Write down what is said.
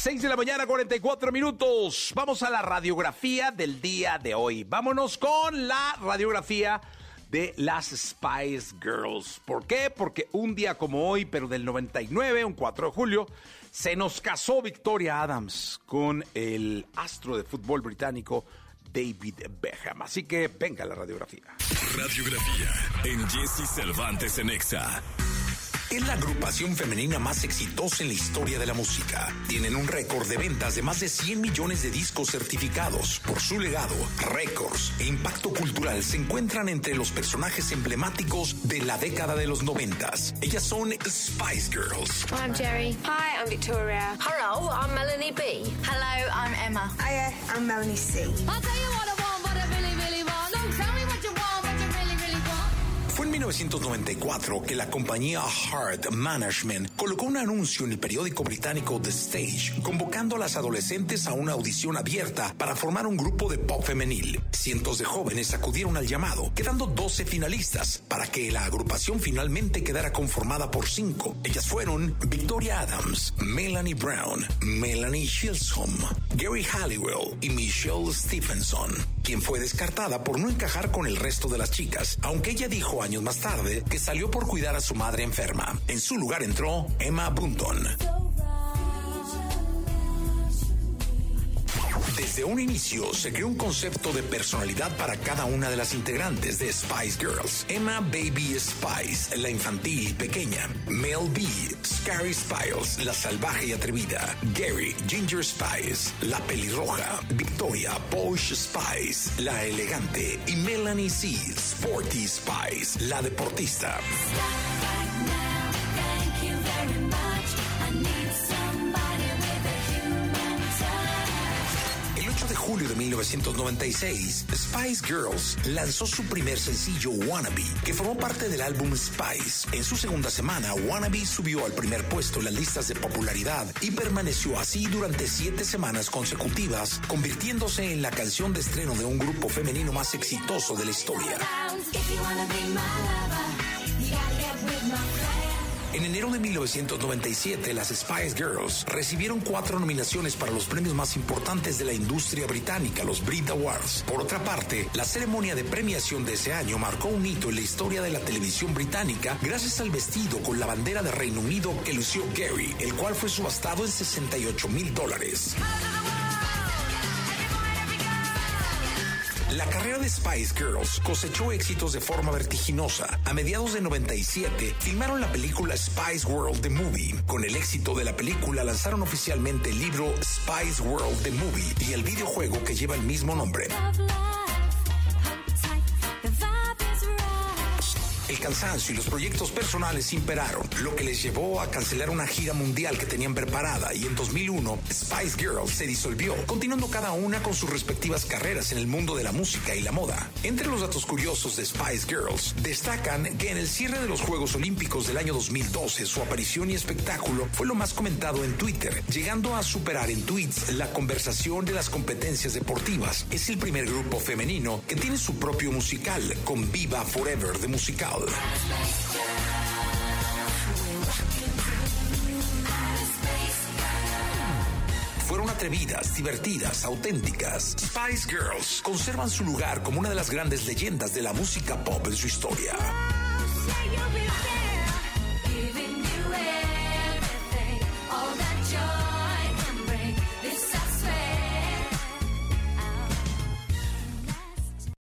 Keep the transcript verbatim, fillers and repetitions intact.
seis de la mañana, cuarenta y cuatro minutos. Vamos a la radiografía del día de hoy. Vámonos con la radiografía de las Spice Girls. ¿Por qué? Porque un día como hoy, pero del noventa y nueve, un cuatro de julio, se nos casó Victoria Adams con el astro de fútbol británico David Beckham. Así que venga la radiografía. Radiografía en Jesse Cervantes en Exa. Es la agrupación femenina más exitosa en la historia de la música. Tienen un récord de ventas de más de cien millones de discos certificados. Por su legado, récords e impacto cultural se encuentran entre los personajes emblemáticos de la década de los noventas. Ellas son Spice Girls. I'm Jerry. Hi, I'm Victoria. Hello, I'm Melanie B. Hello, I'm Emma. Hiya, I'm Melanie C. I'll tell you what I want, what I really, really want. Don't tell me what you want, what you really, really want. Fue en mil novecientos noventa y cuatro que la compañía Heart Management colocó un anuncio en el periódico británico The Stage, convocando a las adolescentes a una audición abierta para formar un grupo de pop femenil. Cientos de jóvenes acudieron al llamado, quedando doce finalistas, para que la agrupación finalmente quedara conformada por cinco. Ellas fueron Victoria Adams, Melanie Brown, Melanie Chisholm, Geri Halliwell y Michelle Stephenson, quien fue descartada por no encajar con el resto de las chicas, aunque ella dijo años más tarde que salió por cuidar a su madre enferma. En su lugar entró Emma Bunton. Desde un inicio se creó un concepto de personalidad para cada una de las integrantes de Spice Girls. Emma Baby Spice, la infantil y pequeña. Mel B, Scary Spice, la salvaje y atrevida. Geri, Ginger Spice, la pelirroja. Victoria, Posh Spice, la elegante. Y Melanie C, Sporty Spice, la deportista. de julio de mil novecientos noventa y seis, Spice Girls lanzó su primer sencillo, Wannabe, que formó parte del álbum Spice. En su segunda semana, Wannabe subió al primer puesto en las listas de popularidad y permaneció así durante siete semanas consecutivas, convirtiéndose en la canción de estreno de un grupo femenino más exitoso de la historia. En enero de mil novecientos noventa y siete, las Spice Girls recibieron cuatro nominaciones para los premios más importantes de la industria británica, los Brit Awards. Por otra parte, la ceremonia de premiación de ese año marcó un hito en la historia de la televisión británica gracias al vestido con la bandera de Reino Unido que lució Geri, el cual fue subastado en sesenta y ocho mil dólares. La carrera de Spice Girls cosechó éxitos de forma vertiginosa. A mediados de noventa y siete, filmaron la película Spice World The Movie. Con el éxito de la película, lanzaron oficialmente el libro Spice World The Movie y el videojuego que lleva el mismo nombre. El cansancio y los proyectos personales imperaron, lo que les llevó a cancelar una gira mundial que tenían preparada, y en dos mil uno Spice Girls se disolvió, continuando cada una con sus respectivas carreras en el mundo de la música y la moda. Entre los datos curiosos de Spice Girls, destacan que en el cierre de los Juegos Olímpicos del año dos mil doce, su aparición y espectáculo fue lo más comentado en Twitter, llegando a superar en tweets la conversación de las competencias deportivas. Es el primer grupo femenino que tiene su propio musical, con Viva Forever de musical. Fueron atrevidas, divertidas, auténticas. Spice Girls conservan su lugar como una de las grandes leyendas de la música pop en su historia.